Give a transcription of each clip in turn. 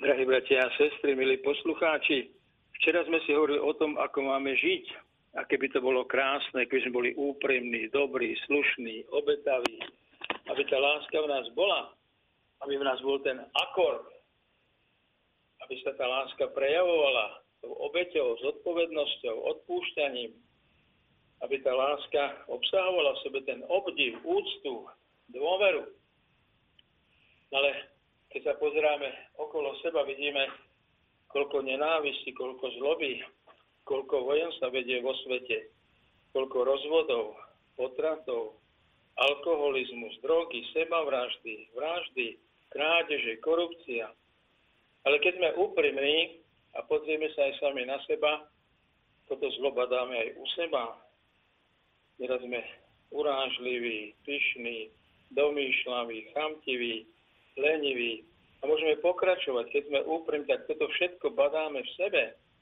Drahí bratia a sestry, milí poslucháči, včera sme si hovorili o tom, ako máme žiť. A keby to bolo krásne, keby sme boli úprimní, dobrí, slušní, obetaví, aby tá láska v nás bola, aby v nás bol ten akord, aby sa tá láska prejavovala tou obeťou, zodpovednosťou, odpúšťaním, aby tá láska obsahovala v sebe ten obdiv, úctu, dôveru. Ale keď sa pozeráme okolo seba, vidíme, koľko nenávisti, koľko zloby, koľko vojen sa vedie vo svete, koľko rozvodov, potratov, alkoholizmus, drogy, sebavraždy, vraždy, krádeže, korupcia. Ale keď sme úprimní a pozrieme sa aj sami na seba, toto zlo badáme aj u seba. Teraz sme urážliví, pyšní, domýšľaví, chamtiví, leniví. A môžeme pokračovať, keď sme úprimní, tak toto všetko badáme v sebe.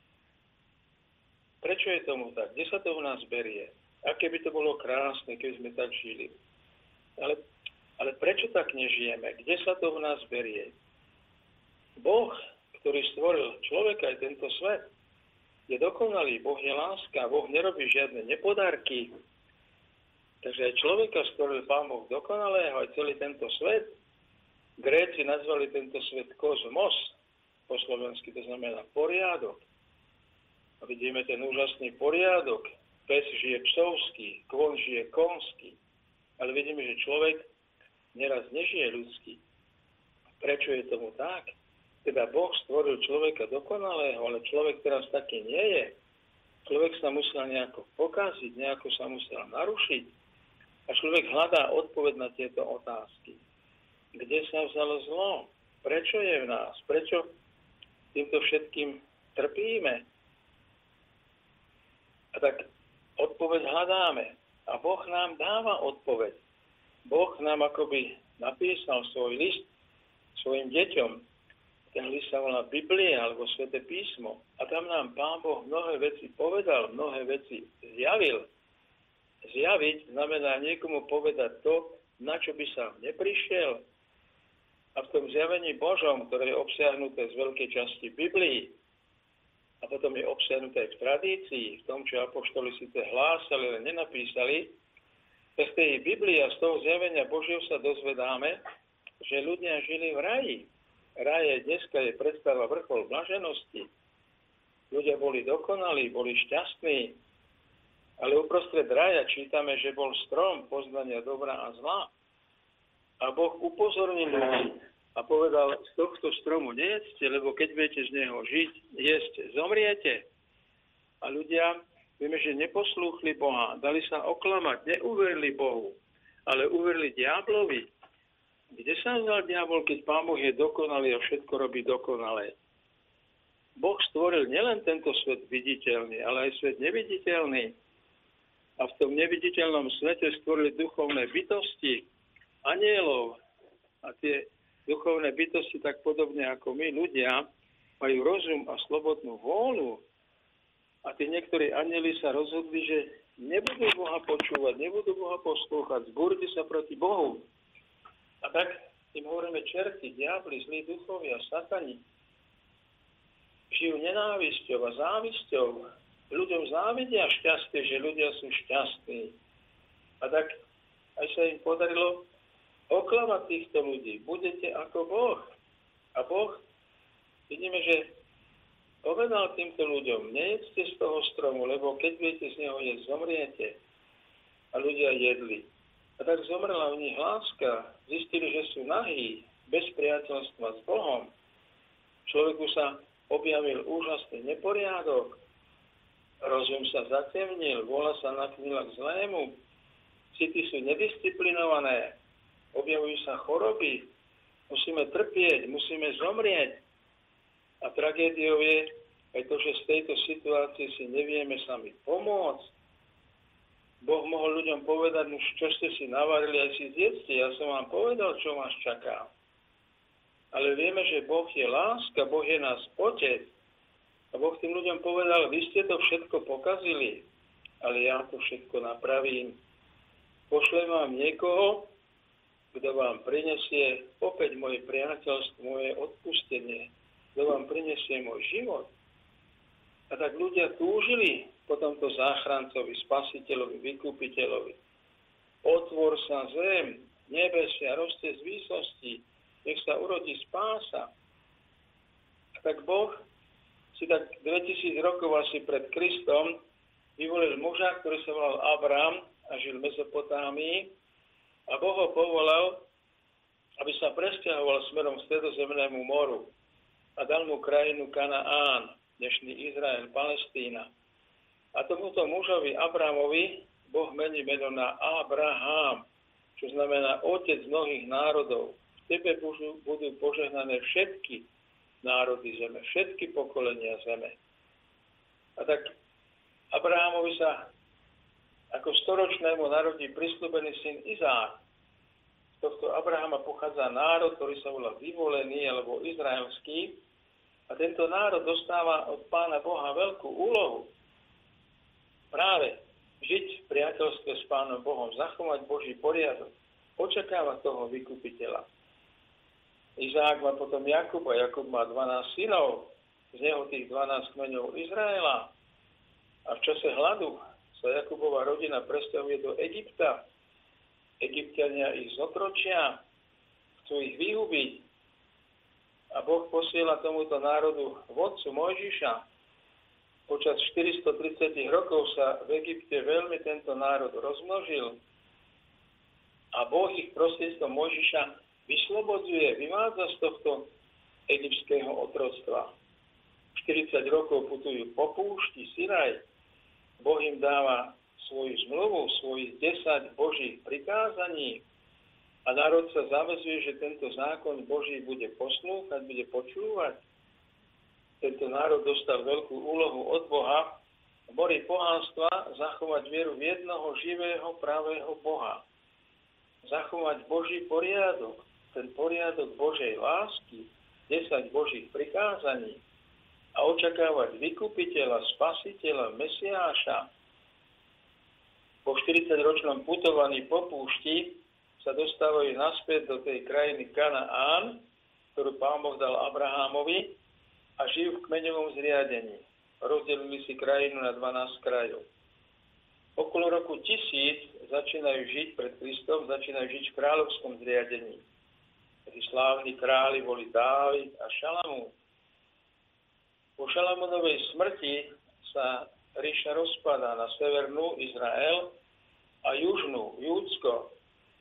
Prečo je tomu tak? Kde sa to v nás berie? Aké by to bolo krásne, keby sme tak žili. Ale prečo tak nežijeme? Kde sa to v nás berie? Boh, ktorý stvoril človeka aj tento svet, je dokonalý. Boh je láska. Boh nerobí žiadne nepodarky. Takže aj človeka stvoril Pán Boh dokonalého, aj celý tento svet. Gréci nazvali tento svet kozmos, po slovensky to znamená poriadok. A vidíme ten úžasný poriadok. Pes žije psovský, kvon žije konský. Ale vidíme, že človek neraz nežije ľudský. Prečo je tomu tak? Teda Boh stvoril človeka dokonalého, ale človek teraz taký nie je. Človek sa musel nejako pokaziť, nejako sa musel narušiť. A človek hľadá odpoveď na tieto otázky. Kde sa vzalo zlo? Prečo je v nás? Prečo týmto všetkým trpíme? A tak odpoveď hľadáme. A Boh nám dáva odpoveď. Boh nám akoby napísal svoj list svojim deťom. Ten list sa volá Biblia alebo Sväté písmo. A tam nám Pán Boh mnohé veci povedal, mnohé veci zjavil. Zjaviť znamená niekomu povedať to, na čo by sám neprišiel. A v tom zjavení Božom, ktoré je obsiahnuté z veľkej časti Biblii, a potom je obsiahnuté aj v tradícii, v tom, čo apoštoli síce hlásali, ale nenapísali, tak z tej Biblie a z toho zjavenia Božieho sa dozvedáme, že ľudia žili v raji. Raj dneska je predstava vrchol blaženosti. Ľudia boli dokonalí, boli šťastní, ale uprostred raja čítame, že bol strom poznania dobra a zla. A Boh upozornil ľudí a povedal, z tohto stromu nejedzte, lebo keď budete z neho žiť, jesť, zomriete. A ľudia, vieme, že neposlúchli Boha, dali sa oklamať, neuverili Bohu, ale uverili diablovi. Kde sa vzal diabol, keď Pán Boh je dokonalý a všetko robí dokonalé? Boh stvoril nielen tento svet viditeľný, ale aj svet neviditeľný. A v tom neviditeľnom svete stvorili duchovné bytosti, anielov. A tie duchovné bytosti, tak podobne ako my, ľudia, majú rozum a slobodnú vôľu. A tí niektorí anieli sa rozhodli, že nebudú Boha počúvať, nebudú Boha poslúchať, zbúrili sa proti Bohu. A tak tým hovoríme čerti, diabli, zlí duchovia, satani. Žijú nenávisťou a závisťou. Ľuďom závidia šťastie, že ľudia sú šťastní. A tak aj sa im podarilo oklamať týchto ľudí. Budete ako Boh. A Boh, vidíme, že povedal týmto ľuďom, nejedzte z toho stromu, lebo keď budete z neho jesť, zomriete. A ľudia jedli. A tak zomrela v nich láska. Zistili, že sú nahí, bez priateľstva s Bohom. Človeku sa objavil úžasný neporiadok. Rozum sa zatemnil, vôľa sa naklonila k zlému. City sú nedisciplinované. Objavujú sa choroby, musíme trpieť, musíme zomrieť. A tragédiou je aj to, že z tejto situácie si nevieme sami pomôcť. Boh mohol ľuďom povedať, už čo ste si navarili, aj si zjedzte, ja som vám povedal, čo vás čaká. Ale vieme, že Boh je láska, Boh je nás otec. A Boh tým ľuďom povedal, vy ste to všetko pokazili, ale ja to všetko napravím. Pošlem vám niekoho, kto vám prinesie opäť moje priateľstvo, moje odpustenie. Kto odnesie môj život. A tak ľudia túžili po tomto záchrancovi, spasiteľovi, vykupiteľovi. Otvor sa zem, nebesia, rozte z výsosti, nech sa urodí spása. A tak Boh si tak 2000 rokov asi pred Kristom vyvolil muža, ktorý sa volal Abram a žil v Mezopotámii. A Boh ho povolal, aby sa presťahoval smerom k Stredozemnému moru a dal mu krajinu Kanaán, dnešný Izrael, Palestína. A tomuto mužovi Abramovi Boh mení meno na Abraham, čo znamená otec mnohých národov. V tebe budú požehnané všetky národy zeme, všetky pokolenia zeme. A tak Abrahamovi sa ako storočnému narodí prisľúbený syn Izák. Z tohto Abrahama pochádza národ, ktorý sa volá vyvolený alebo izraelský. A tento národ dostáva od Pána Boha veľkú úlohu. Práve žiť v priateľstve s Pánom Bohom, zachovať Boží poriadok, očakávať toho vykupiteľa. Izák má potom Jakuba, Jakub má 12 synov, z neho tých 12 kmeňov Izraela. A v čase hladu sa Jakubova rodina presťahuje do Egypta. Egypťania ich zotročia, chcú ich vyhubiť. A Boh posiela tomuto národu vodcu Mojžiša. Počas 430 rokov sa v Egypte veľmi tento národ rozmnožil. A Boh ich prostredstvom Mojžiša vyslobodzuje, vyvádza z tohto egyptského otroctva. 40 rokov putujú po púšti Sinaj. Boh im dáva svoju zmluvu, svojich 10 Božích prikázaní a národ sa zaväzuje, že tento zákon Boží bude poslúchať, bude počúvať. Tento národ dostal veľkú úlohu od Boha v mori pohanstva zachovať vieru v jednoho živého, pravého Boha. Zachovať Boží poriadok, ten poriadok Božej lásky, 10 Božích prikázaní a očakávať vykupiteľa, spasiteľa, Mesiáša. Po 40-ročnom putovaní po púšti sa dostávajú naspäť do tej krajiny Kanaán, ktorú Pán Boh dal Abrahámovi, a žijú v kmeňovom zriadení. Rozdelili si krajinu na 12 krajov. Okolo roku 1000 začínajú žiť pred Kristom, začínajú žiť v kráľovskom zriadení. Tí slávni králi boli Dávid a Šalamún. Po Šalamúnovej smrti sa ríša rozpadá na severnú Izrael a južnú Júdsko.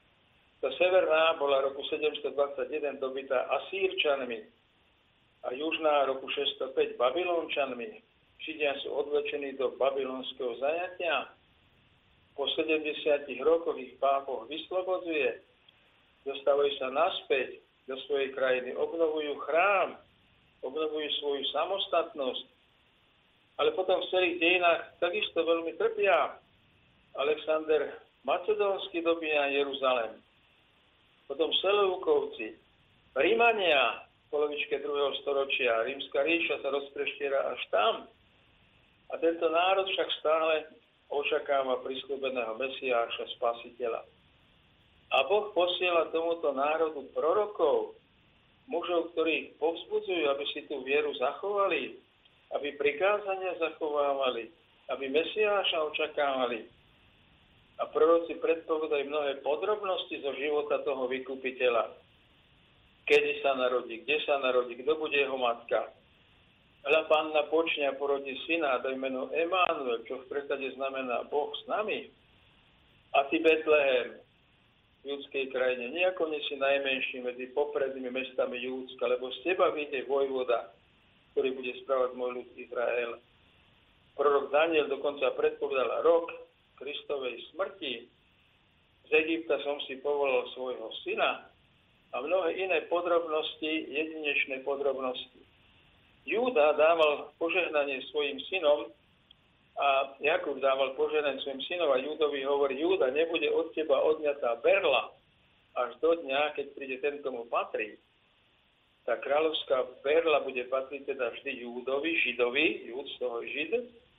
Tá severná bola roku 721 dobytá Asírčanmi a južná roku 605 Babylončanmi. Židia sú odvlečení do babylonského zajatia. Po 70 rokoch ich Pán Boh vyslobodzuje, dostávajú sa naspäť do svojej krajiny, obnovujú chrám, obnovujú svoju samostatnosť, ale potom v celých dejinách takisto veľmi trpia. Alexander Macedónsky dobíja Jeruzalém. Potom Seleukovci, Rímania v polovičke 2. storočia, Rímska ríša sa rozpreštiera až tam. A tento národ však stále očakáva prisľúbeného Mesiáša, Spasiteľa. A Boh posiela tomuto národu prorokov, mužov, ktorí povzbudzujú, aby si tú vieru zachovali, aby prikázania zachovávali, aby Mesiáša očakávali. A proroci predpovedajú mnohé podrobnosti zo života toho vykupiteľa. Kedy sa narodí, kde sa narodí, kto bude jeho matka. Hľa panna počne a porodí syna a daj meno Emánuel, čo v preklade znamená Boh s nami. A ty, Betlehem, v judskej krajine, nejako nie si najmenší medzi poprednými mestami Júdska, lebo z teba vyjde vojvoda, ktorý bude správať môj ľud Izrael. Prorok Daniel dokonca predpovedal rok Kristovej smrti. Z Egypta som si povolal svojho syna a mnohé iné podrobnosti, jedinečné podrobnosti. Júda dával požehnanie svojim synom a Jakub dával požehnanie svojim synom a Júdovi hovorí, Júda, nebude od teba odňatá berla až do dňa, keď príde ten, komu patrí. Tá kráľovská berla bude patriť teda vždy Júdovi, Židovi, Júd z toho Žid,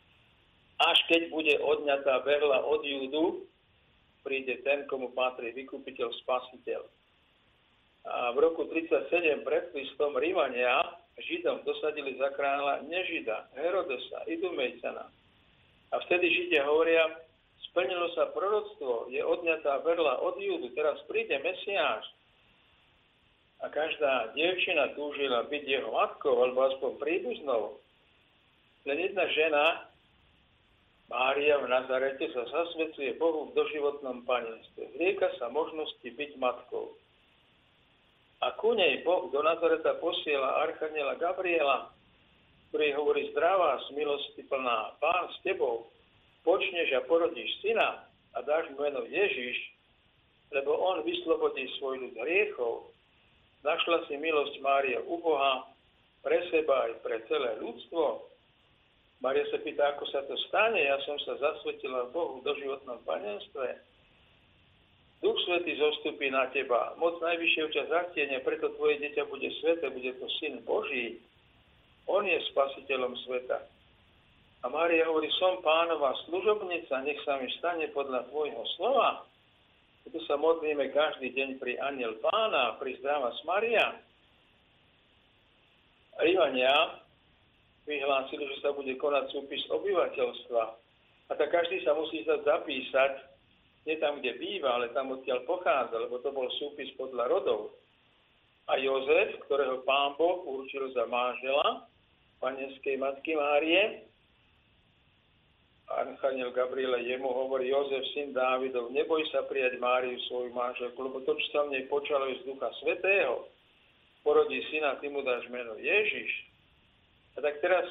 až keď bude odňatá berla od Júdu, príde ten, komu patrí vykupiteľ, spasiteľ. A v roku 37 pred Kristom Rímania Židom dosadili za kráľa nežida, Herodesa, Idumejcana. A vtedy Židia hovoria, splnilo sa proroctvo, je odňatá berla od Júdu, teraz príde Mesiáš. A každá dievčina túžila byť jeho matkou, alebo aspoň príbuznou. Len jedna žena, Mária v Nazarete, sa zasvedcuje Bohu v doživotnom panenstve. Zrieka sa možnosti byť matkou. A ku nej Boh do Nazareta posiela archaniela Gabriela, ktorý hovorí, zdravá, z milosti plná, Pán s tebou, počneš a porodíš syna a dáš mu meno Ježiš, lebo on vyslobodí svoj ľud hriechov. Našla si milosť Mária u Boha, pre seba aj pre celé ľudstvo. Mária sa pýta, ako sa to stane, ja som sa zasvetila Bohu v doživotnom panenstve. Duch Svätý zostupí na teba, moc najvyššieho ťa zatiene, preto tvoje dieťa bude sväté, bude to Syn Boží. On je spasiteľom sveta. A Mária hovorí, som Pánova služobnica, nech sa mi stane podľa tvojho slova. Tu sa modlíme každý deň pri Anjel Pána, pri Zdravás Maria. Rivania vyhlásili, že sa bude konať súpis obyvateľstva. A tak každý sa musí zapísať, nie tam, kde býva, ale tam, odkiaľ pochádza, lebo to bol súpis podľa rodov. A Jozef, ktorého Pán Boh určil za manžela panenskej matky Márie, archaniel Gabriel jemu hovorí, Jozef, syn Dávidov, neboj sa prijať Máriu, svoju manželku, lebo to, čo sa v nej počalo, je z Ducha Svätého. Porodí syna, ty mu dáš meno Ježiš. A tak teraz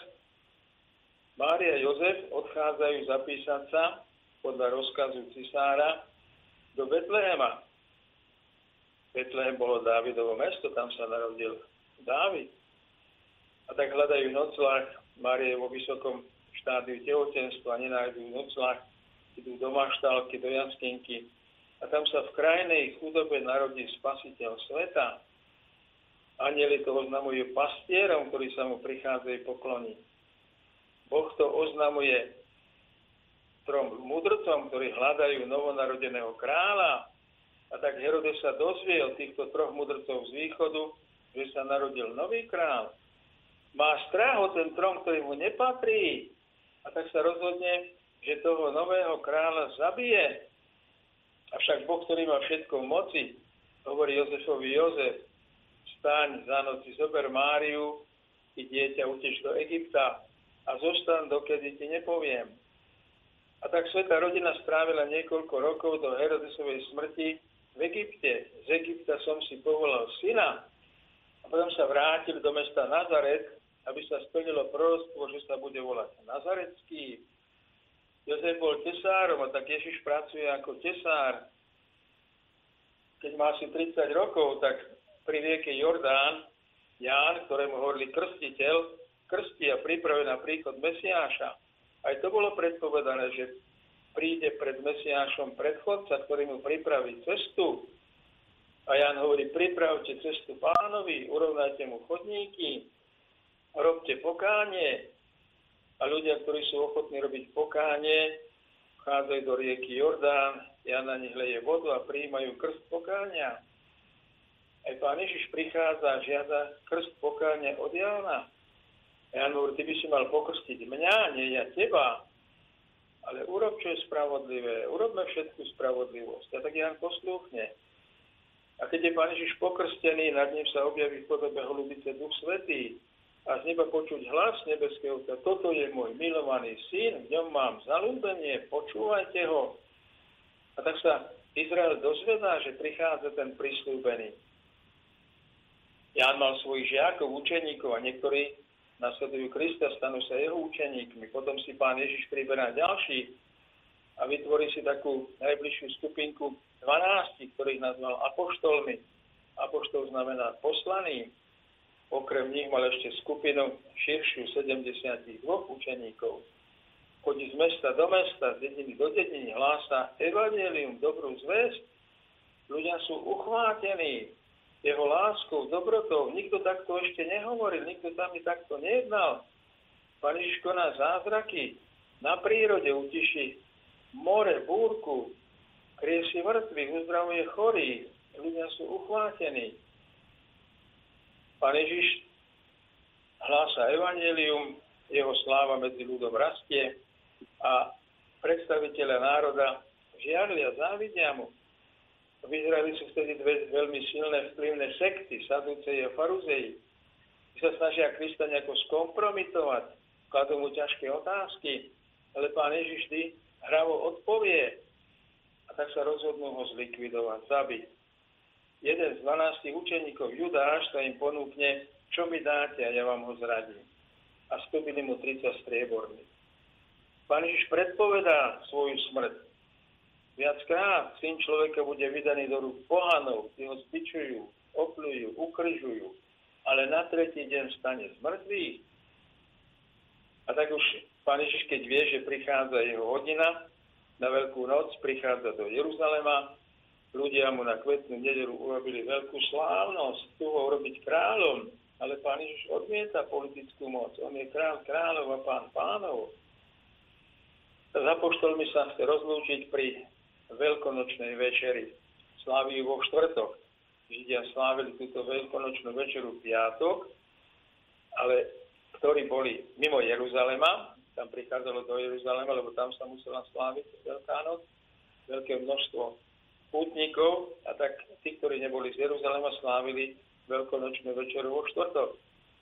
Mária a Jozef odchádzajú zapísať sa podľa rozkazu cisára do Betlehema. Betlehem bolo Dávidovo mesto, tam sa narodil Dávid. A tak hľadajú nocľah, Mária je vo vysokom štádiu tehotenstva, nenájdú nocľah, idú do maštálky, do jaskinky a tam sa v krajnej chudobe narodí spasiteľ sveta. Anjeli to oznamujú pastierom, ktorí sa mu prichádzajú pokloniť. Boh to oznamuje trom mudrcom, ktorí hľadajú novonarodeného kráľa. A tak Herodes sa dozvie od týchto troch mudrcov z východu, že sa narodil nový kráľ. Má strach o ten trón, ktorý mu nepatrí. A tak sa rozhodne, že toho nového kráľa zabije. Avšak Boh, ktorý má všetko v moci, hovorí Jozefovi, Jozef, vstaň za noci, zober Máriu i dieťa, uteč do Egypta a zostaň, dokedy ti nepoviem. A tak svätá rodina strávila niekoľko rokov do Herodesovej smrti v Egypte. Z Egypta som si povolal syna a potom sa vrátil do mesta Nazaret, aby sa splnilo proroctvo, že sa bude volať Nazarecký. Jozef bol tesárom a tak Ježiš pracuje ako tesár. Keď má asi 30 rokov, tak pri rieke Jordán Ján, ktorému hovorili krstiteľ, krstí a pripravuje na príchod Mesiáša. Aj to bolo predpovedané, že príde pred Mesiášom predchodca, ktorý mu pripraví cestu. A Ján hovorí, pripravte cestu Pánovi, urovnajte mu chodníky, robte pokánie. A ľudia, ktorí sú ochotní robiť pokánie, vchádzajú do rieky Jordán, Ján na nich leje vodu a prijímajú krst pokánia. Aj Pán Ježiš prichádza a žiada krst pokánia od Jána. Ján hovorí, ty by si mal pokrstiť mňa, nie ja teba, ale urob, čo je spravodlivé, urobme všetku spravodlivosť. A tak Ján poslúchne. A keď je Pán Ježiš pokrstený, nad ním sa objaví v podobe holubice Duch Svätý a z neba počuť hlas nebeského, toto je môj milovaný syn, v ňom mám zaľúbenie, počúvajte ho. A tak sa Izrael dozvedá, že prichádza ten prisľúbený. Ján mal svojich žiakov, učeníkov a niektorí nasledujú Krista, stanú sa jeho učeníkmi. Potom si Pán Ježiš priberá ďalších a vytvorí si takú najbližšiu skupinku 12, ktorých nazval apoštolmi. Apoštol znamená poslaný. Okrem nich mal ešte skupinu širšiu 72 učeníkov. Chodí z mesta do mesta, z dediny do dediny, hlása evanjelium, dobrú zvesť. Ľudia sú uchvátení jeho láskou, dobrotou. Nikto takto ešte nehovoril, nikto tam takto nejednal. Pán Ježiš koná zázraky. Na prírode utiší more, búrku, kriesi mŕtvych, uzdravuje chorých. Ľudia sú uchvátení. Pán Ježiš hlása evanjelium, jeho sláva medzi ľudom rastie a predstavitelia národa žiarlia, závidia mu. V Izraeli sú vtedy dve veľmi silné vplyvné sekty, Saduceji a Faruzeji. Sa snažia Krista nejako skompromitovať, kladú mu ťažké otázky, ale Pán Ježiš vždy hravo odpovie a tak sa rozhodnú ho zlikvidovať, zabiť. Jeden z 12 učeníkov, Judáš, sa im ponúkne, čo mi dáte a ja vám ho zradím. A skúpili mu 30 strieborných. Pán Ježiš predpovedá svoju smrť. Viackrát Syn človeka bude vydaný do rúk pohanov, tí ho zbičujú, opľujú, ukrižujú, ale na tretí deň stane z mŕtvych. A tak už Pán Ježiš, keď vie, že prichádza jeho hodina, na Veľkú noc prichádza do Jeruzalema, ľudia mu na Kvetnú nedeľu urobili veľkú slávnosť, chcú ho urobiť kráľom, ale Pán Ježiš odmieta politickú moc. On je kráľ kráľov a pán pánov. S apoštolmi sa chce rozlúčiť pri veľkonočnej večeri. Slávi ju vo štvrtok. Židia slávili túto veľkonočnú večeru v piatok, ale ktorí boli mimo Jeruzalema, tam prichádzalo do Jeruzalema, lebo tam sa musela sláviť Veľká noc, veľké množstvo pútnikov, a tak tí, ktorí neboli z Jeruzalema, slávili veľkonočnú večeru vo štvrtok.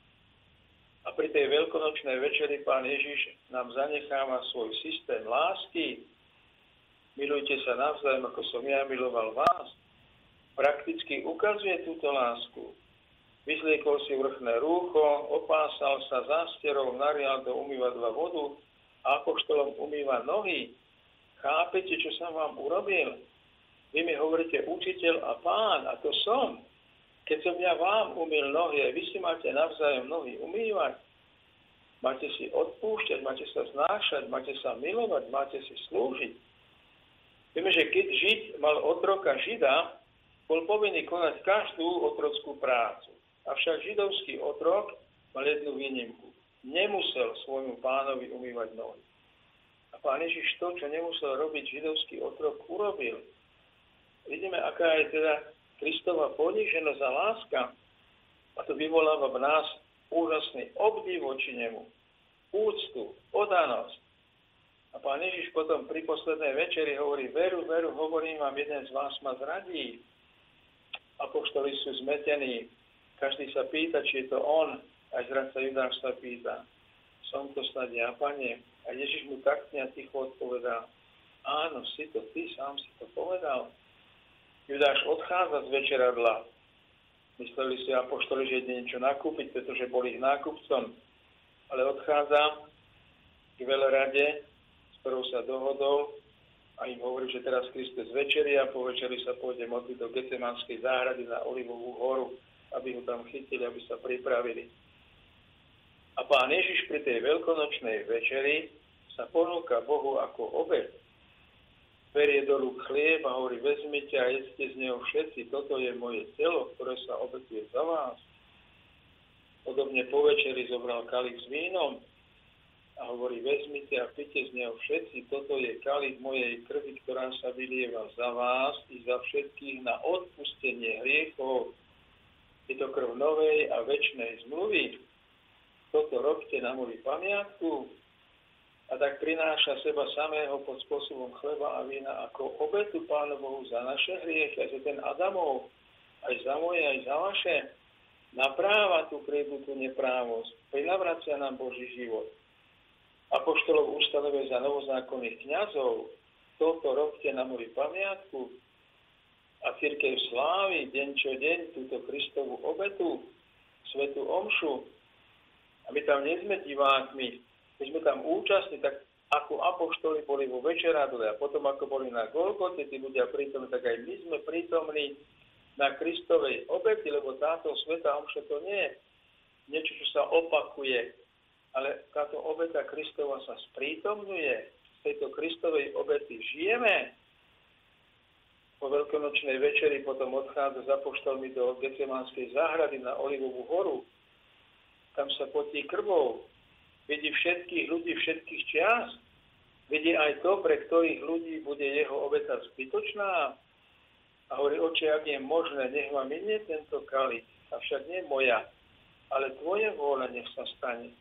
A pri tej veľkonočnej večeri Pán Ježiš nám zanecháva svoj systém lásky. Milujte sa navzájom, ako som ja miloval vás. Prakticky ukazuje túto lásku. Vyzliekol si vrchné rúcho, opásal sa zásterou, narial do umývadla vodu a apoštolom umýva nohy. Chápete, čo som vám urobil? Vy mi hovoríte učiteľ a pán, a to som. Keď som ja vám umýl nohy, aj vy si máte navzájom nohy umývať. Máte si odpúšťať, máte sa znášať, máte sa milovať, máte si slúžiť. Vieme, že keď Žid mal otroka Žida, bol povinný konať každú otrockú prácu. Avšak židovský otrok mal jednu výnimku. Nemusel svojmu pánovi umývať nohy. A Pán Ježiš to, čo nemusel robiť židovský otrok, urobil. Vidíme, aká je teda Kristova poníženosť a láska. A to vyvoláva v nás úžasný obdiv voči nemu, úctu, oddanosť. A Pán Ježiš potom pri poslednej večeri hovorí, veru, veru, hovorím vám, jeden z vás ma zradí. Apoštoli sú zmetení. Každý sa pýta, či je to on. Aj zradca Judáš sa pýta. Som to snad ja, Pane? A Ježiš mu taktne a ticho odpovedá. Áno, si to ty, sám si to povedal. Judáš odchádza z večeradla. Mysleli si apoštoli, že ide niečo nakúpiť, pretože bol ich nákupcom. Ale odchádza k veľrade, s ktorou sa dohodol, a im hovorí, že teraz Kristus večerí a po večeri sa pôjde modliť do Getsemanskej záhrady na Olivovú horu, aby ho tam chytili, aby sa pripravili. A Pán Ježiš pri tej veľkonočnej večeri sa ponúka Bohu ako obed. Berie do rúk chlieb a hovorí, vezmite a jedzte z neho všetci, toto je moje telo, ktoré sa obetuje za vás. Podobne po večeri zobral kalich s vínom a hovorí, vezmite a pite z neho všetci, toto je kalich mojej krvi, ktorá sa vylieva za vás i za všetkých na odpustenie hriechov. Je to krv novej a večnej zmluvy. Toto robte na moju pamiatku. A tak prináša seba samého pod spôsobom chleba a vína ako obetu Pánu Bohu za naše hriechy, aj za ten Adamov, aj za moje, aj za vaše. Napráva tú krivdu, tú neprávosť. Prinavracia nám Boží život. Apoštolov ustanovuje za novozákonných kňazov. Toto robte na moju pamiatku. A cirkev slávi deň čo deň túto Kristovú obetu, svätú omšu. A my tam nie sme divákmi, my sme tam účastní, tak ako apoštoli boli vo večeradle a potom ako boli na Golgote, tí ľudia prítomní, tak aj my sme prítomní na Kristovej obeti, lebo táto svätá omša to nie je niečo, čo sa opakuje, ale táto obeta Kristova sa sprítomňuje. Z tejto Kristovej obety žijeme. Po veľkonočnej večeri potom odchádza s apoštolmi do Getsemanskej záhrady na Olivovú horu. Tam sa potí krvou. Vidí všetkých ľudí, všetkých čias. Vidí aj to, pre ktorých ľudí bude jeho obeta zbytočná. A hovorí, oče, ak je možné, nech vám minie tento kalich, avšak nie moja, ale tvoje vôľa nech sa stane.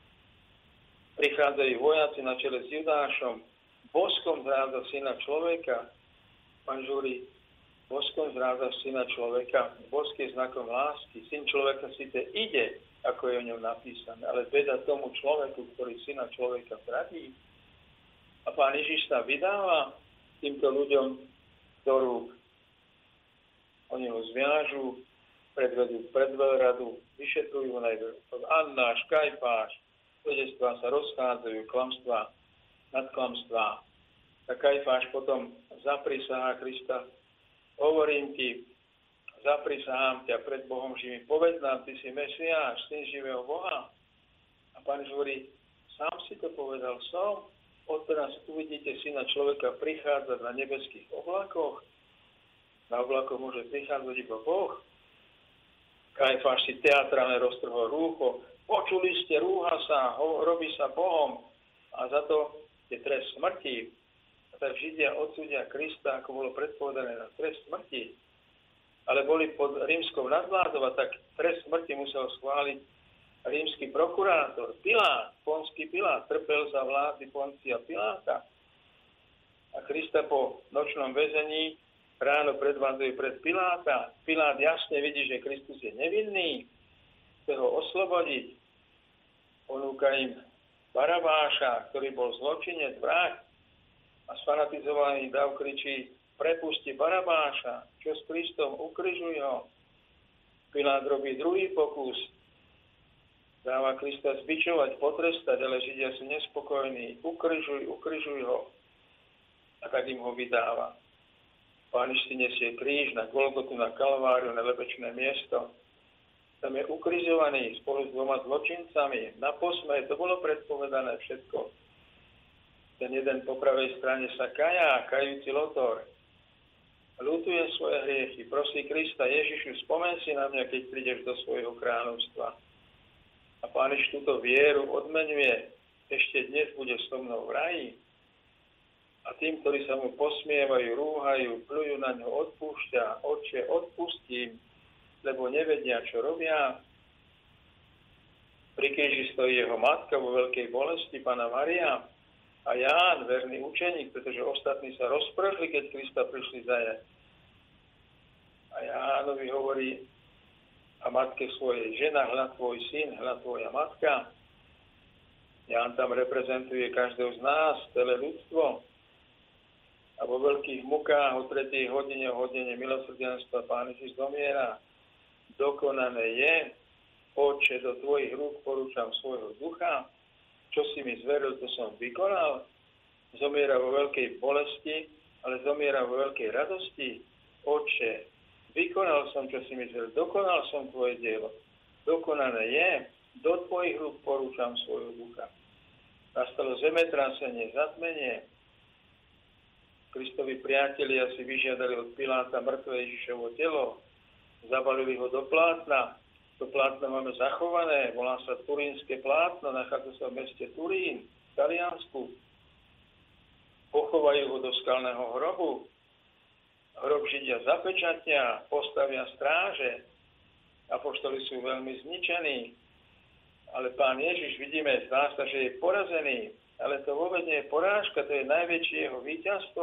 Prichádzajú vojaci na čele s Judášom, boskom zrádza syna človeka. Pán žúri, boskom zrádza syna človeka, bosk je znakom lásky. Syn človeka síce ide, ako je o ňom napísané, ale beda tomu človeku, ktorý syna človeka zradí. A Pán Ježiš sa vydáva týmto ľuďom do rúk. Oni ho zviažu, predvedú pred veľradu, vyšetrujú ho najprv Annáš, Kajfáš, svedectvá sa rozchádzajú, klamstvá nad klamstvá. A Kajfáš potom zaprisahá Krista. Hovorím ti, zaprisahám ťa pred Bohom živým. Povedz nám, ty si Mesiáš, syn živého Boha. A Pán hovorí, sám si to povedal som. Odteraz uvidíte syna človeka prichádzať na nebeských oblakoch. Na oblakoch môže prichádzať iba Boh. Kajfáš si teatrálne roztrhol rúcho. Počuli ste, rúha sa, robí sa Bohom a za to je trest smrti. A tak Židia odsúdia Krista, ako bolo predpovedané, na trest smrti. Ale boli pod rímskou nadvládou a tak trest smrti musel schváliť rímsky prokurátor Pilát, Ponský Pilát, trpel za vlády Poncia Piláta. A Krista po nočnom väzení ráno predvádzajú pred Piláta. Pilát jasne vidí, že Kristus je nevinný, chce ho oslobodiť. Ponúka im Barabáša, ktorý bol zločinec, vrah, a sfanatizovaný dav kričí, prepusti Barabáša, čo s Kristom, ukrižuj ho. Pilát robí druhý pokus, dáva Krista zbičovať, potrestať, ale Židia sú nespokojní, ukrižuj ho. A tak im ho vydáva. Pán si nesie kríž na Golgotu, na Kalváriu, na lebečné miesto. Tam je ukrižovaný spolu s dvoma zločincami. Na posmej, to bolo predpovedané všetko. Ten jeden po pravej strane sa kajá, kajúci Lotor. Ľutuje svoje hriechy, prosí Krista, Ježišu, spomen si na mňa, keď prídeš do svojho kráľovstva. A Pán Ježiš túto vieru odmenuje, ešte dnes bude so mnou v raji. A tým, ktorí sa mu posmievajú, rúhajú, plujú na ňo, odpúšťa, Otče, odpustím, lebo nevedia, čo robia. Pri kríži stojí jeho matka vo veľkej bolesti, Panna Mária, a Ján, verný učeník, pretože ostatní sa rozprchli, keď Krista prišli zajať. A Jánovi hovorí a matke svojej, žena, hľa tvoj syn, hľa tvoja matka. Ján tam reprezentuje každého z nás, celé ľudstvo. A vo veľkých mukách o 3. hodine, o hodine milosrdenstva Pán Ježiš zomiera. Dokonané je, Otče, do tvojich rúk porúčam svojho ducha, čo si mi zveril, to som vykonal. Zomiera vo veľkej bolesti, ale zomiera vo veľkej radosti. Otče, vykonal som, čo si mi zveril, dokonal som tvoje dielo. Dokonané je, do tvojich rúk porúčam svojho ducha. Nastalo zemetrasenie, zatmenie. Kristovi priatelia si vyžiadali od Piláta mŕtve Ježišovo telo, zabalili ho do plátna. To plátno máme zachované, volá sa Turínske plátno, nachádza sa v meste Turín, v Taliansku. Pochovajú ho do skalného hrobu. Hrob Židia zapečatia, postavia stráže. Apoštoli sú veľmi zničení. Ale Pán Ježiš, vidíme, zdá sa, že je porazený. Ale to vôbec nie je porážka, to je najväčšie jeho víťazstvo.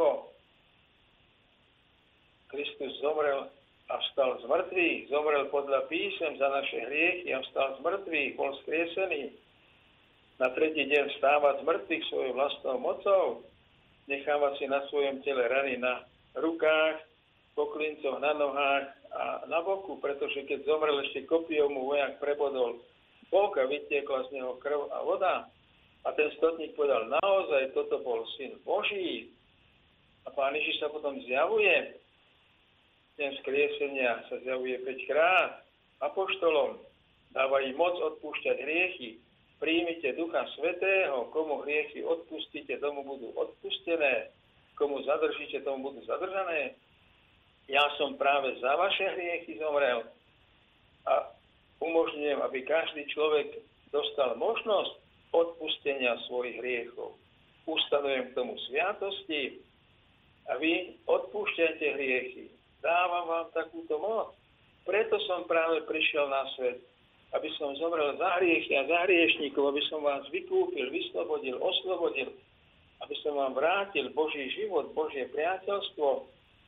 Kristus zomrel a vstal z mŕtvych, zomrel podľa písem za naše hriechy a vstal z mŕtvych, bol skriesený. Na tretí deň vstáva z mŕtvych svojou vlastnou mocou, necháva si na svojom tele rany na rukách, poklincoch na nohách a na boku, pretože keď zomrel, ešte kopijou mu vojak prebodol bok a vytiekla z neho krv a voda. A ten stotník povedal, naozaj toto bol syn Boží. A Pán Ježiš sa potom zjavuje. Deň skriesenia sa zjavuje 5 krát apoštolom. Dáva im moc odpúšťať hriechy. Príjmite Ducha Svätého. Komu hriechy odpustíte, tomu budú odpustené. Komu zadržíte, tomu budú zadržané. Ja som práve za vaše hriechy zomrel. A umožňujem, aby každý človek dostal možnosť odpustenia svojich hriechov. Ustanovujem k tomu sviatosti a vy odpúšťajte hriechy. Dávam vám takúto moc. Preto som práve prišiel na svet, aby som zomrel za hriechy a za hriešníkov, aby som vás vykúpil, vyslobodil, oslobodil, aby som vám vrátil Boží život, Božie priateľstvo.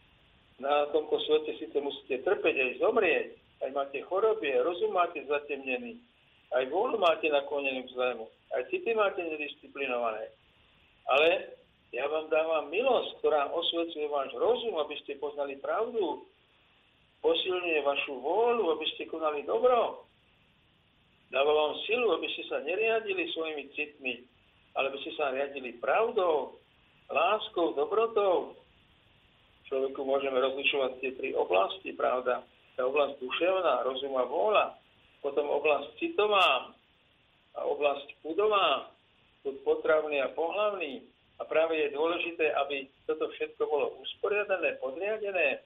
Na tomto svete síce musíte trpeť aj zomrieť, aj máte choroby, aj rozum máte zatemnený, aj vôľu máte naklonenú k zlému, aj city máte nedisciplinované. Ale ja vám dávam milosť, ktorá osvecuje váš rozum, aby ste poznali pravdu, posilňuje vašu vôľu, aby ste konali dobro. Dáva vám silu, aby ste sa neriadili svojimi citmi, ale aby ste sa riadili pravdou, láskou, dobrotou. Človeku môžeme rozlišovať tie tri oblasti, pravda? Tá oblasť duševná, rozum a vôľa, potom oblasť citová a oblasť pudová, pud potravný a pohlavný. A práve je dôležité, aby toto všetko bolo usporiadané, podriadené,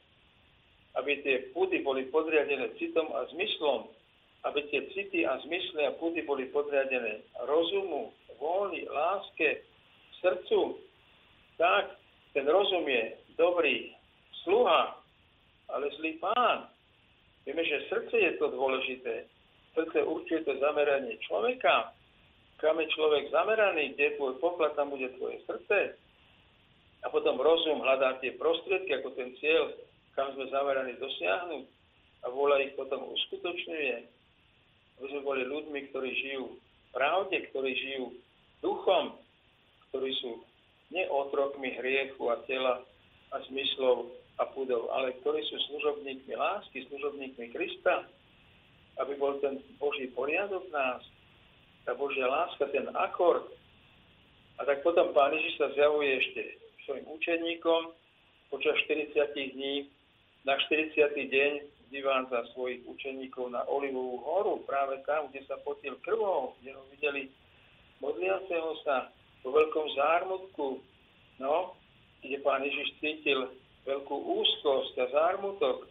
aby tie pudy boli podriadené citom a zmyslom, aby tie city a zmysly a pudy boli podriadené rozumu, vôli, láske, srdcu. Tak, ten rozum je dobrý sluha, ale zlý pán. Vieme, že srdce je to dôležité. Srdce určuje to zameranie človeka. Kam je človek zameraný, kde je tvoj poklad, tam bude tvoje srdce. A potom rozum hľadá tie prostriedky, ako ten cieľ, kam sme zameraní dosiahnuť. A vôľa ich potom uskutočňuje. Aby sme boli ľuďmi, ktorí žijú v pravde, ktorí žijú duchom, ktorí sú nie otrokmi hriechu a tela a zmyslov a pudov, ale ktorí sú služobníkmi lásky, služobníkmi Krista, aby bol ten Boží poriadok v nás, tá Božia láska, ten akord. A tak potom Pán Ježiš sa zjavuje ešte svojim učeníkom počas 40 dní. Na 40. deň vyvádza svojich učeníkov na Olivovú horu, práve tam, kde sa potil krvou, kde ho videli modliaceho sa vo veľkom zármutku, kde Pán Ježiš cítil veľkú úzkosť a zármutok.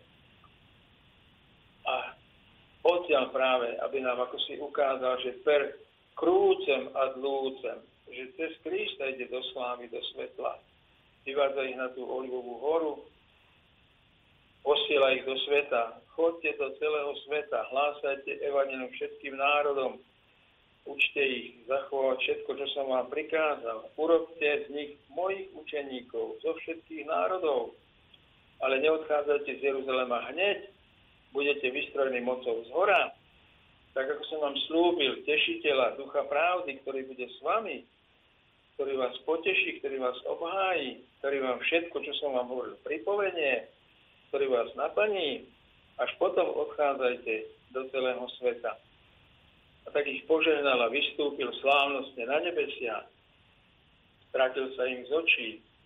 A odtiaľ práve, aby nám ako si ukázal, že per krúcem a dlúcem, že cez Krista ide do slávy, do svetla. Vyvádza ich na tú Olivovú horu, posiela ich do sveta. Chodte do celého sveta, hlásajte evanjelium všetkým národom, učte ich zachovať všetko, čo som vám prikázal. Urobte z nich mojich učeníkov zo všetkých národov. Ale neodchádzajte z Jeruzalema hneď, budete vystrojení mocou zhora. Tak ako som vám slúbil, tešiteľa, ducha pravdy, ktorý bude s vami, ktorý vás poteší, ktorý vás obhájí, ktorý vám všetko, čo som vám hovoril, pripovenie, ktorý vás naplní, až potom odchádzajte do celého sveta. A tak ich požehnal a vystúpil slávnostne na nebesia. Strátil sa im z očí,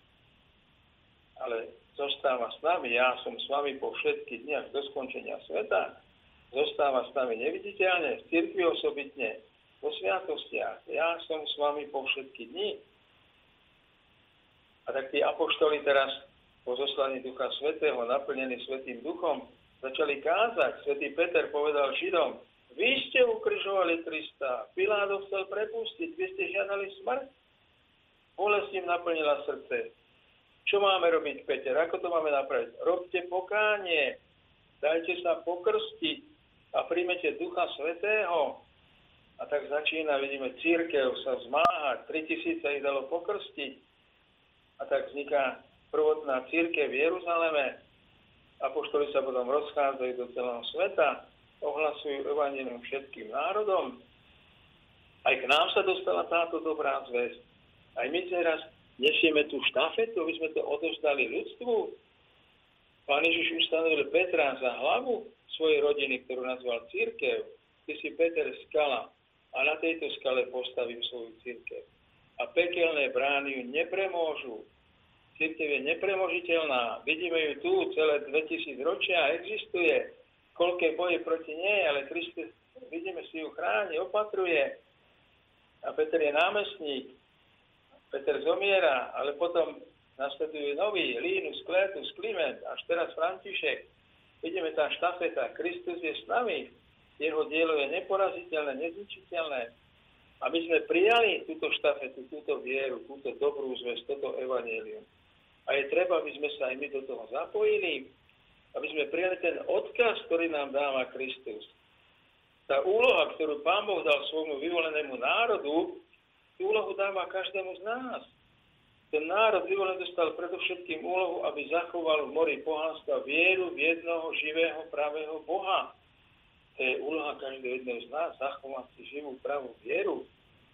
ale zostáva s nami. Ja som s vami po všetky dni až do skončenia sveta. Zostáva s nami neviditeľne, v cirkvi osobitne, vo sviatostiach. Ja som s vami po všetky dni. A tak tí apoštoli teraz po zoslaní Ducha Svätého, naplnení Svätým Duchom, začali kázať. Svätý Peter povedal Židom: vy ste ukrižovali Krista, Pilát ho chcel prepustiť, vy ste žiadali smrť. Bolesť im naplnila srdce. Čo máme robiť, Peter? Ako to máme napraviť? Robte pokánie, dajte sa pokrstiť a príjmete Ducha Svätého. A tak začína, vidíme, cirkev sa vzmáhať. 3000 sa ich dalo pokrstiť. A tak vzniká prvotná cirkev v Jeruzaleme. Apoštoli sa potom rozchádzajú do celého sveta, ohlasujú evanjelium všetkým národom. Aj k nám sa dostala táto dobrá zvesť. Aj my teraz nesieme tú štafetu, aby sme to odovzdali ľudstvu. Pán Ježiš ustanovil Petra za hlavu svojej rodiny, ktorú nazval cirkev. Ty si Peter skala a na tejto skale postavím svoju cirkev. A pekelné brány ju nepremôžu. Cirkev je nepremožiteľná. Vidíme ju tu, celé 2000 ročia existuje. Koľké boje proti nej, ale Kristus, vidíme, si ju chráni, opatruje. A Peter je námestník. Peter zomiera, ale potom nasleduje nový, Linus, Kletus, Kliment, až teraz František. Vidíme tá štafeta. Kristus je s nami. Jeho dielo je neporaziteľné, nezničiteľné. A my sme prijali túto štafetu, túto vieru, túto dobrú zvesť, toto evanjelium. A je treba, aby sme sa aj my do toho zapojili, aby sme prijali ten odkaz, ktorý nám dáva Kristus. Tá úloha, ktorú Pán Boh dal svojmu vyvolenému národu, tú úlohu dáva každému z nás. Ten národ vyvolený dostal predovšetkým úlohu, aby zachoval v mori pohanstva vieru v jednoho živého, pravého Boha. To je úloha každého jedného z nás, zachovať si živú, pravú vieru.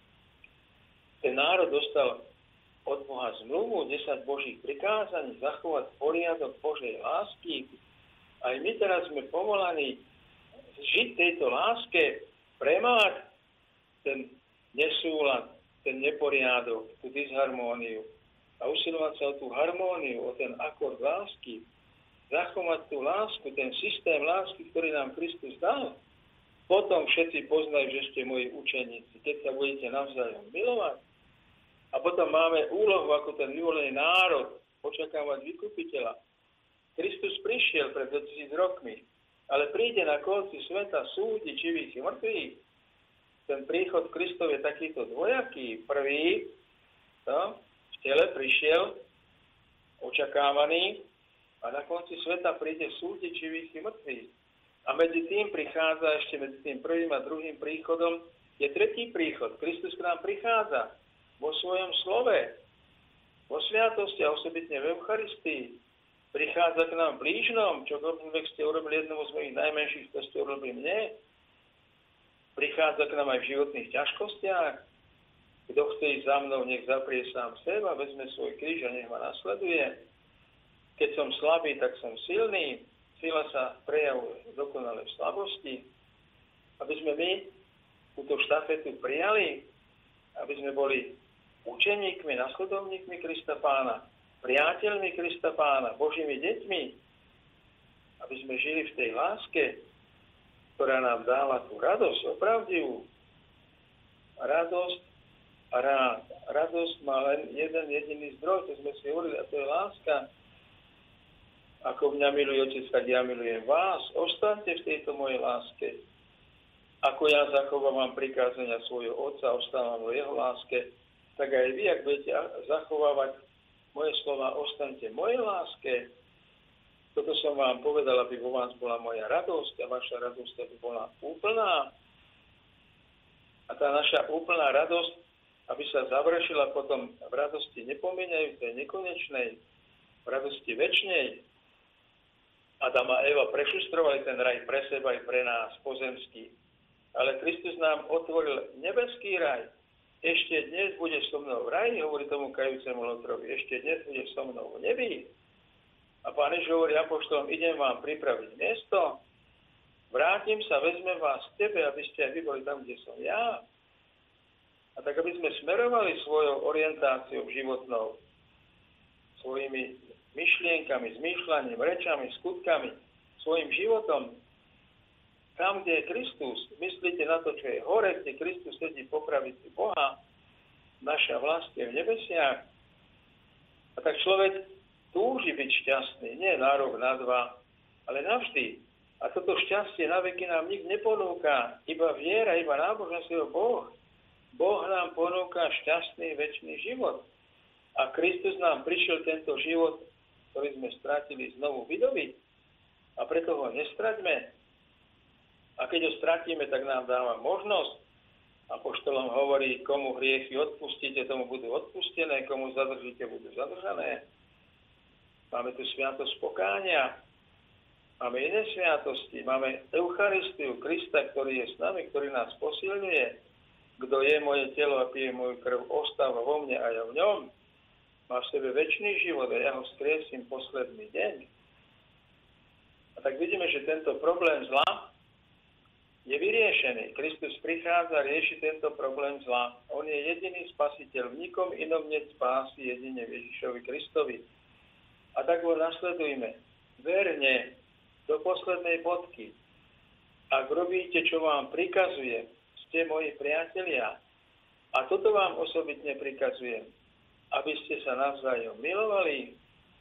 Ten národ dostal od Boha zmluvu, 10 Božích prikázaní, zachovať poriadok Božej lásky. Aj my teraz sme povolaní žiť tejto láske, premáhať ten nesúlad, ten neporiadok, tú disharmóniu a usilovať sa o tú harmóniu, o ten akord lásky, zachovať tú lásku, ten systém lásky, ktorý nám Kristus dal. Potom všetci poznajú, že ste moji učeníci, keď sa budete navzájom milovať. A potom máme úlohu ako ten vyvolený národ očakávať vykupiteľa. Kristus prišiel pred 2000 rokmi, ale príde na konci sveta súdiť živých i mŕtvych. Ten príchod Kristov je takýto dvojaký. Prvý v tele prišiel očakávaný a na konci sveta príde súdiť živých i mŕtvych. A medzi tým prichádza, ešte medzi tým prvým a druhým príchodom, je tretí príchod. Kristus k nám prichádza vo svojom slove, vo sviatosti a osobitne v Eucharistii. Prichádza k nám blížnom, čokoľvek ste urobili jednomu z mojich najmenších, to ste urobili mne. Prichádza k nám aj v životných ťažkostiach. Kto chce ísť za mnou, nech zaprie sám seba, vezme svoj kríž a nech ma nasleduje. Keď som slabý, tak som silný. Sila sa prejavuje dokonale v slabosti. Aby sme my túto štafetu prijali, aby sme boli učeníkmi, nasledovníkmi Krista Pána, priateľmi Krista Pána, Božími deťmi, aby sme žili v tej láske, ktorá nám dáva tú radosť opravdivú. Radosť a rád. Radosť má len jeden jediný zdroj, to sme si hovorili, a to je láska. Ako mňa miluje Otec, tak ja milujem vás. Ostaňte v tejto mojej láske. Ako ja zachovávam prikázania svojho Otca, ostávam v jeho láske, tak aj vy, ak budete zachovávať moje slova, ostaňte v mojej láske. Toto som vám povedal, aby vo vás bola moja radosť a vaša radosť aby bola úplná. A tá naša úplná radosť, aby sa završila potom v radosti nepomínajúcej, nekonečnej, v radosti večnej. Adam a Eva prešustrovali ten raj pre seba aj pre nás, pozemský. Ale Kristus nám otvoril nebeský raj. Ešte dnes bude so mnou v raji, hovorí tomu kajúcemu Lotrovi. Ešte dnes bude so mnou v nebi. A Pán Ježiš hovorí apoštolom, idem vám pripraviť miesto, vrátim sa, vezmem vás k tebe, aby ste aj vy boli tam, kde som ja. A tak, aby sme smerovali svojou orientáciou životnou, svojimi myšlienkami, zmýšľaním, rečami, skutkami, svojim životom, tam, kde je Kristus, myslíte na to, čo je hore, kde Kristus sedí po pravici Boha, naša vlast je v nebesiach. A tak človek túži byť šťastný, nie na rok, na dva, ale navždy. A toto šťastie na veky nám nik neponúka, iba viera, iba náboženstvo Boh. Boh nám ponúka šťastný večný život. A Kristus nám prišiel tento život, ktorý sme stratili, znovu vydobiť. A preto ho nestraťme. A keď ho stratíme, tak nám dáva možnosť. Apoštolom hovorí, komu hriechy odpustíte, tomu budú odpustené, komu zadržíte, budú zadržané. Máme tu sviatosť pokánia, máme iné sviatosti, máme Eucharistiu Krista, ktorý je s nami, ktorý nás posilňuje. Kto je moje telo a pije moju krv, ostáva vo mne a ja v ňom. Má v sebe večný život a ja ho skriesím posledný deň. A tak vidíme, že tento problém zla je vyriešený. Kristus prichádza riešiť tento problém zla. On je jediný spasiteľ. V nikom inom nie spásy, jedine Ježišovi Kristovi. A tak ho nasledujme. Verne do poslednej bodky. Ak robíte, čo vám prikazujem, ste moji priatelia. A toto vám osobitne prikazujem. Aby ste sa navzájom milovali,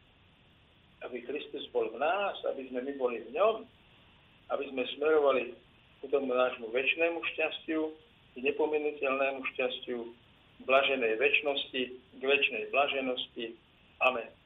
aby Kristus bol v nás, aby sme my boli v ňom, aby sme smerovali k tomu nášmu večnému šťastiu, k nepominuteľnému šťastiu, k blaženej večnosti, k večnej blaženosti. Amen.